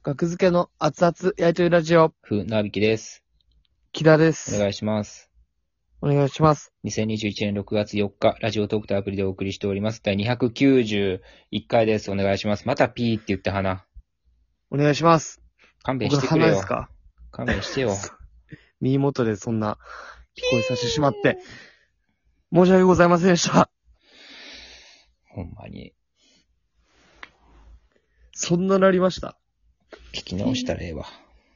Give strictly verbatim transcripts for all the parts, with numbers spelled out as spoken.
学付けの熱々焼いとりラジオ、 ふなびきです。 木田です。 お願いします。 お願いします。 にせんにじゅういちねんろくがつよっか、ラジオトークとアプリでお送りしております。だいにひゃくきゅうじゅういっかいです。お願いします。またピーって言って鼻。 お願いします。 勘弁僕のしてくれよ。 鼻ですか？ 勘弁してよ。 耳元でそんな聞こえさせてしまって、申し訳ございませんでした。 ほんまに。 そんななりました。 聞き直したらええわ。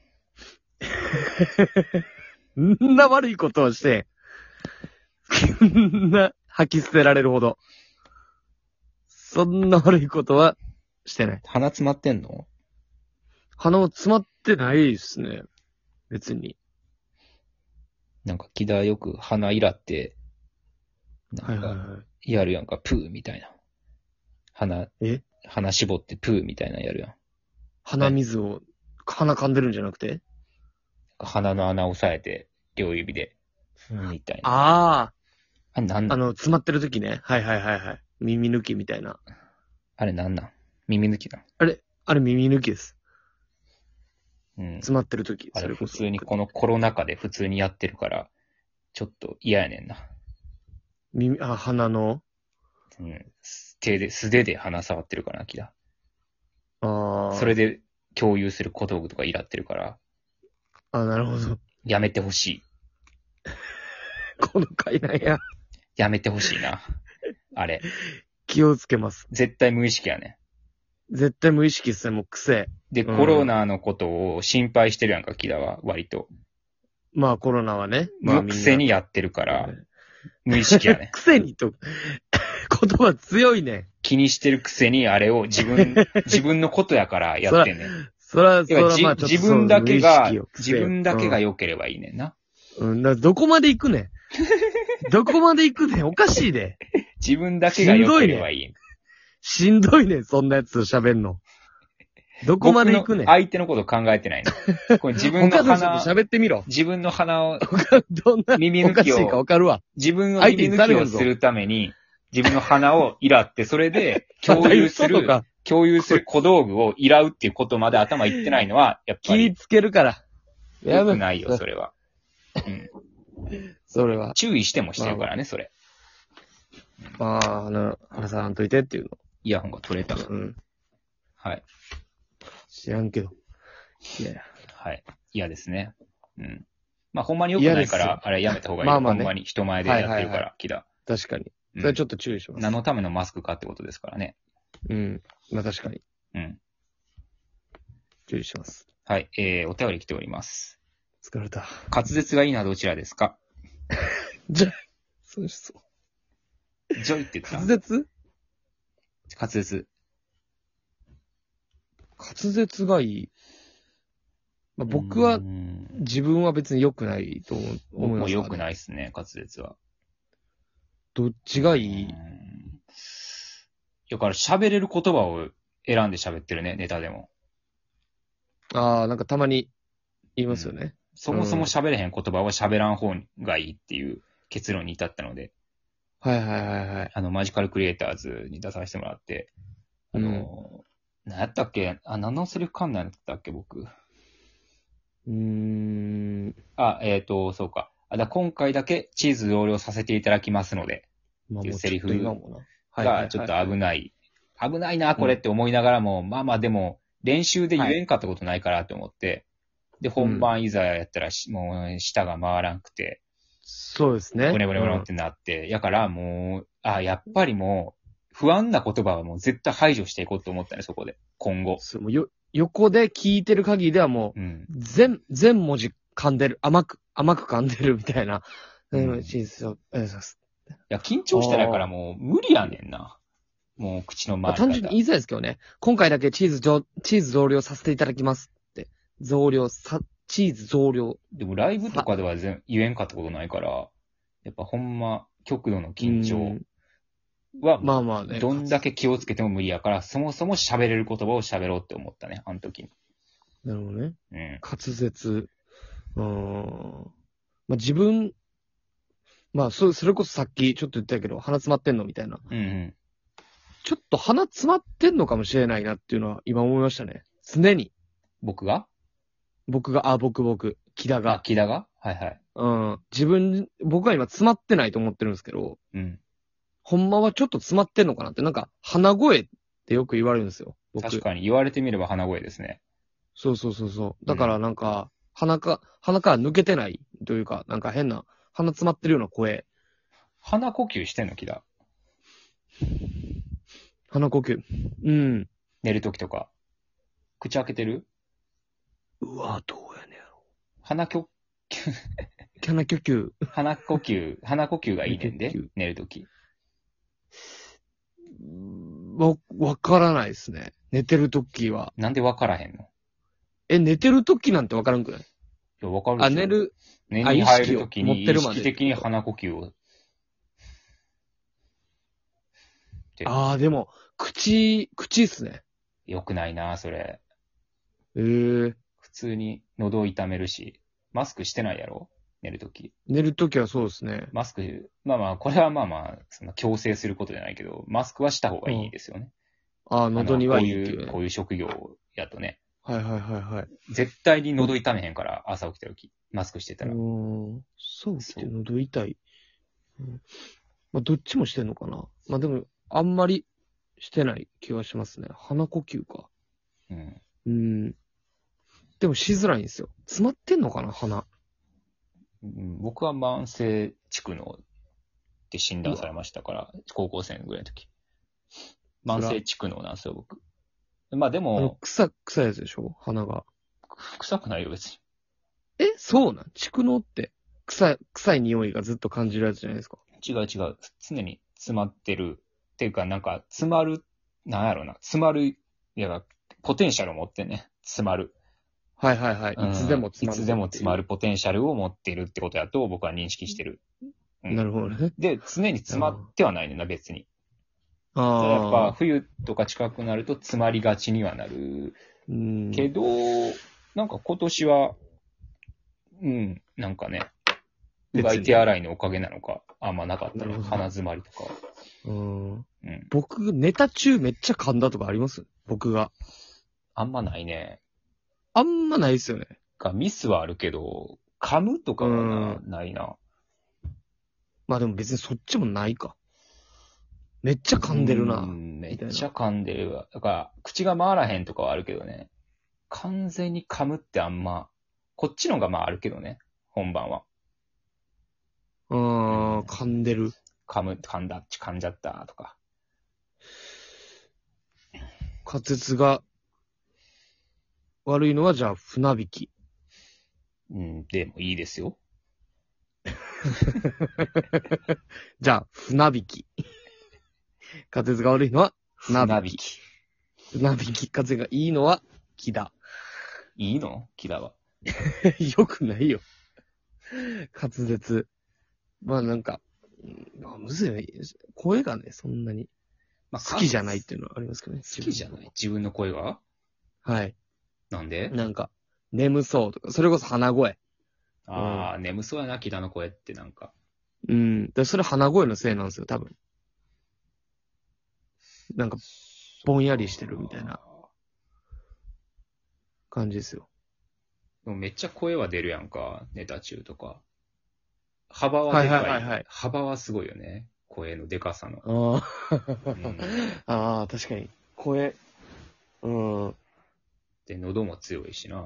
んな悪いことをして、んな吐き捨てられるほど。そんな悪いことはしてない。 鼻詰まってんの？ 鼻も詰まってないですね。別に。 なんか木田よく鼻いらって、なんかやるやんか、プーみたいな。鼻、 え鼻絞ってプーみたいなのやるやん。 鼻水を、鼻噛んでるんじゃなくて鼻の穴を押さえて、両指で、うんみたいな。 ああ。 あれなんなん？ あの、詰まってる時ね。はいはいはいはい。耳抜きみたいな。 あれなんなん耳抜きなん？ あれ、あれ耳抜きです。 うん。 詰まってる時。 あれそれこそ普通にこのコロナ禍で普通にやってるから、ちょっと嫌やねんな。 耳、あ、鼻のうん。手で、素手で鼻触ってるからな、キラ。 ああ。 それで共有する小道具とかいらってるから、 あ、なるほど。 やめてほしい。 この回なんや。 やめてほしいな。あれ。 気をつけます。 絶対無意識やね絶対無意識っすね、もう癖。 ん。で、 うんコロナのことを心配してるやんか、キラは、割と。 まあコロナはね。まあのみんなくせにやってるから、無意識やねん。 癖にと、言葉強いね。 気にしてるくせにあれを自分、自分のことやからやってんねん。 そら、そら、 要はじまあちょっと自分だけが、 そう自分だけが良ければいいねんな。 うん、うんだからどこまで行くねん。どこまで行くねん。おかしいで。 自分だけが良ければいい。 しんどいねん、そんなやつ喋んの。どこまで行くねん。 相手のこと考えてないの。これ自分の鼻、 他の人と喋ってみろ。 自分の鼻を、 どんな、 耳抜きおかしいかを、 わかるわ。 自分の耳抜きをするために、自分の鼻をいらって、それで共有する、共有する小道具をいらうっていうことまで頭いってないのは、やっぱり。 気ぃつけるから。 良くないよ、それは。うん。 それは。 注意してもしてるからね、それ。 まあ、あの、話さんといてっていうの。 イヤホンが取れた。 うん。 はい。 知らんけど。いやいや。 はい。嫌ですね。うん。まあ、ほんまに良くないから、あれやめた方がいい。 まあまあねほんまに人前でやってるから、木田。 確かに。 うんそれちょっと注意します。 何のためのマスクかってことですからね。 うん。まあ確かに。 うん。 注意します。 はい。えー、お便り来ております。 疲れた。 滑舌がいいのはどちらですか？ じゃ、そうしそう。 ジョイって言った。 滑舌滑舌。 滑舌がいい。まあ、僕は、自分は別に良くないと思います。 僕も良くないですね、滑舌は。 どっちがいい？ だから喋れる言葉を選んで喋ってるね、ネタでも。 ああ、なんかたまに言いますよね。うん、 そもそも喋れへん言葉は喋らん方がいいっていう結論に至ったので。 はいはいはいはい。 あの、マジカルクリエイターズに出させてもらって、あの、うん、何やったっけあ、何のセリフ勘なんやったっけ僕。 うーん。 あ、えっ、ー、と、そうか。あだ今回だけチーズ増量させていただきますので、っていうセリフがちょっと危ない。危ないな、これって思いながらも、うん、まあまあでも、練習で言えんかったことないからと思って、はい、で、本番いざやったら、うん、もう舌が回らんくて、 そうですね。 ブネブネブネってなって、うん、やからもう、あ、やっぱりもう、不安な言葉はもう絶対排除していこうと思ったね、そこで。今後。 そうもうよ横で聞いてる限りではもう、うん、全、全文字噛んでる、甘く、甘く噛んでるみたいな。うん、チーズを、えー、 いや、緊張してないからもう無理やねんな。もう口の周り、まあ。 単純に言いづらいですけどね。今回だけチーズ増、チーズ増量させていただきますって。増量さ、チーズ増量。 でもライブとかでは全言えんかったことないから、やっぱほんま、極度の緊張は、まあまあね。どんだけ気をつけても無理やから、そもそも喋れる言葉を喋ろうって思ったね、あの時に。 なるほどね。 うん。 滑舌。うーん。まあ自分、まあそ、それこそさっきちょっと言ったけど、鼻詰まってんのみたいな。 うんうん。 ちょっと鼻詰まってんのかもしれないなっていうのは今思いましたね。常に。 僕が僕が、あ、僕僕、木田あ、 が。 木田がはいはい。 うん。自分、僕は今詰まってないと思ってるんですけど、 うん。 ほんまはちょっと詰まってんのかなって、なんか、鼻声ってよく言われるんですよ。僕。 確かに言われてみれば鼻声ですね。 そうそうそうそう。だからなんか、鼻か、鼻から抜けてないというか、なんか変な、鼻詰まってるような声。 鼻呼吸してんの木田。 鼻呼吸。うん。 寝るときとか。口開けてるうわ、どうやねやろ。 鼻きょ、 鼻呼吸。 鼻呼吸、鼻呼吸がいいねんで鼻呼吸。 寝るとき。 わ、わからないですね。寝てるときは。 なんでわからへんの？いえ、寝てるときなんてわからんくない？ や、わかるでしょ。 あ、寝る。 寝に入るときに意あ意識を持ってるまで識的に鼻呼吸を。 ああ、でも、口、口っすね。 よくないな、それ。 ええー。 普通に喉を痛めるし、マスクしてないやろ寝るとき。 寝るときはそうですね。 マスク、まあまあ、これはまあまあ、その強制することじゃないけど、マスクはした方がいいですよね。 ああ、喉にはいいあのこういう、 っていうね。 こういう職業やとね。 はいはいはいはい。 絶対に喉痛めへんから、朝起きたとき、マスクしてたうら。 ーん。そう来てそう喉痛い。うん、まあ、どっちもしてんのかな。まあでも、あんまりしてない気がしますね。鼻呼吸か。 うん。 うん。でもしづらいんですよ。詰まってんのかな、鼻。 うん僕は慢性蓄膿って診断されましたから、高校生ぐらいの時。慢性蓄膿なんですよ、僕。まあであの、 も、 臭、臭いやつでしょ鼻が。 臭くないよ、別に。 え、そうなん蓄膿って、臭い、臭い匂いがずっと感じるやつじゃないですか。 違う違う。常に詰まってる。っていうか、なんか、詰まる、なんやろな。詰まる、いや、ポテンシャルを持ってね。詰まる。 はいはいはい。いつでも詰まる。 いつでも詰まるポテンシャルを持っているってことだと僕は認識してる。うん、 なるほどね。 で、常に詰まってはないねんな、別に。 ああ。 やっぱ冬とか近くなると詰まりがちにはなる。 うん。 けど、なんか今年は、うん、なんかね、うがい手洗いのおかげなのか、あんまなかったね。鼻詰まりとか。 うん。 うん。 僕、ネタ中めっちゃ噛んだとかあります？僕が。 あんまないね。 あんまないですよね。 かミスはあるけど、噛むとかはな、 うないな。 まあでも別にそっちもないか。めっちゃ噛んでるな。 うんめっちゃ噛んでるわ。だから、口が回らへんとかはあるけどね。完全に噛むってあんま、こっちのがまああるけどね。本番は。 うーん、噛んでる。 噛む、噛んだ、噛んじゃったとか。 滑舌が悪いのはじゃあ船引き。 うん、でもいいですよ。 じゃあ船引き。滑舌が悪いのは船引き。 船引き。 船引き。滑舌がいいのは木だ。 いいのキラは。 よくないよ。滑舌。まあなんか、まあ、むずいね。声がね、そんなにまあ、 好きじゃないっていうのはありますけどね。 好きじゃない自分の声がはい。 なんでなんか、眠そうとか、それこそ鼻声。 ああ、眠そうやな、キラの声ってなんか。 うん。で、それ鼻声のせいなんですよ、多分。なんか、ぼんやりしてるみたいな感じですよ。 でもめっちゃ声は出るやんか、ネタ中とか。幅はでかい。 はいはいはいはい幅はすごいよね。声のでかさの。 ああ、 うんああ、確かに。声、うん。 で、喉も強いしな。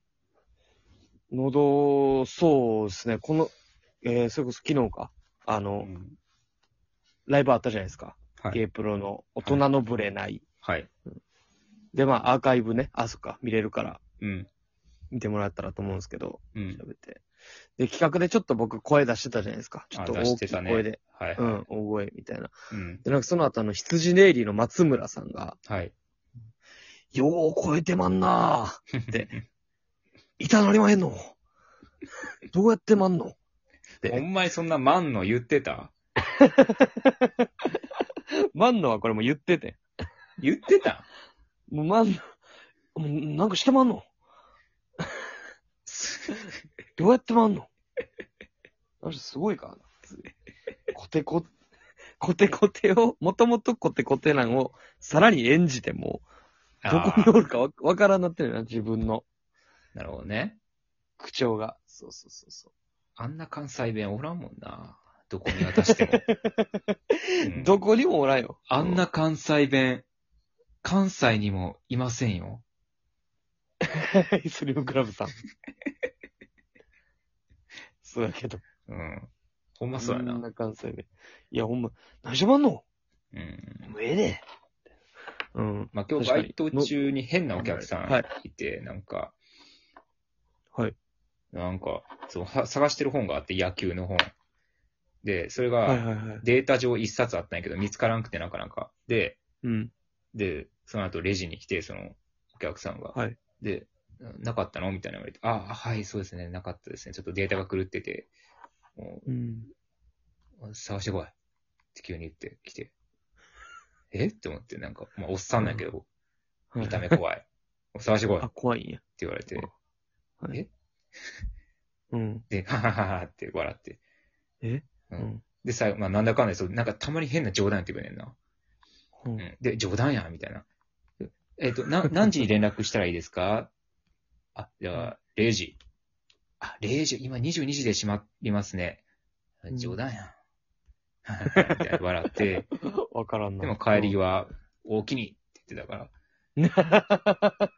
喉、そうですね。この、えー、それこそ昨日か。あの、 うんライブあったじゃないですか。 はい。 ゲイプロの大人のブレない。 はい。 で、まあ、アーカイブね、あ、そっか、見れるから、 うん。 見てもらったらと思うんですけど、 うん。 喋って。で、企画でちょっと僕声出してたじゃないですか。ちょっとあ出大きいしてたね声で。 はい、はい。 うん、大声みたいな。 うん。 で、なんかその後あの、羊ネイリーの松村さんが、 はい。 よう超えてまんなーって、痛なりまへんのどうやってまんのっほて。 んまにそんなマンの言ってたまんのはこれも言ってて。 言ってたもうまんの、もうなんかしてまんのどうやってまんのあの人すごいかコテコ、コテコテを、もともとコテコテなんをさらに演じても、 どこにおるかわわからんなってるな、自分のなるほどね。 口調が。そうそうそうそう。 あんな関西弁おらんもんな。どこ見渡しても。うん、 どこにもおらんよ。 あんな関西弁、関西にもいませんよ。 スリムクラブさん。そうやけど。 うん。ほんまそうやな。 あんな関西弁。いや、ほんま、何しゃばんのうん。 もうええねうん。 まあ、今日バイト中に変なお客さんいて、なんか、 はい。 なんか、そう、は探してる本があって、野球の本。で、それはいはが、 いはい。 データ上一冊あったんやけど、見つからんくてなかなか。で、 うん。 で、その後レジに来て、その、お客さんが。 はい。 で、なかったのみたいな言われて、あ、はい、そうですね、なかったですね。ちょっとデータが狂ってて、もうん。 う、探してこい。って急に言ってきて。えって思って、なんか、まあ、おっさんなんやけど、 はい見た目怖い。探してこい。っあ、 て怖いんや。 言われて、 はいえうん。 で、ははははって笑って。 えううんん。 で、最後、まあ、なんだかんだで、そう、なんかたまに変な冗談言ってくれんねんな。 う。 うんん。で、冗談やん、みたいな。えっと、な、何時に連絡したらいいですか？あ、じゃあ、れいじ。あ、れいじ、今にじゅうにじで閉まりますね。 うん冗談やん。みたいな笑って、 わからんな。 でも帰りは、大きにって言ってたから。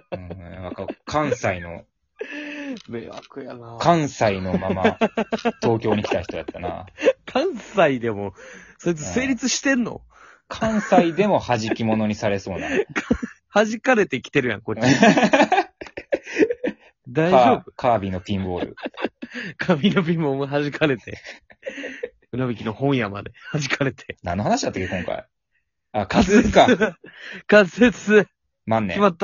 うん、なんか関西の、 迷惑やな。 関西のまま、東京に来た人やったな。 関西でも、そいつ成立してんの？ 関西でも弾き物にされそうな。 弾かれてきてるやん、こっち。大丈夫？ カービィのピンボール。 髪のピンも弾かれて。船引きの本屋まで弾かれて。 何の話だったっけ、今回。あ、仮説か。 仮説。 万年。 決まった。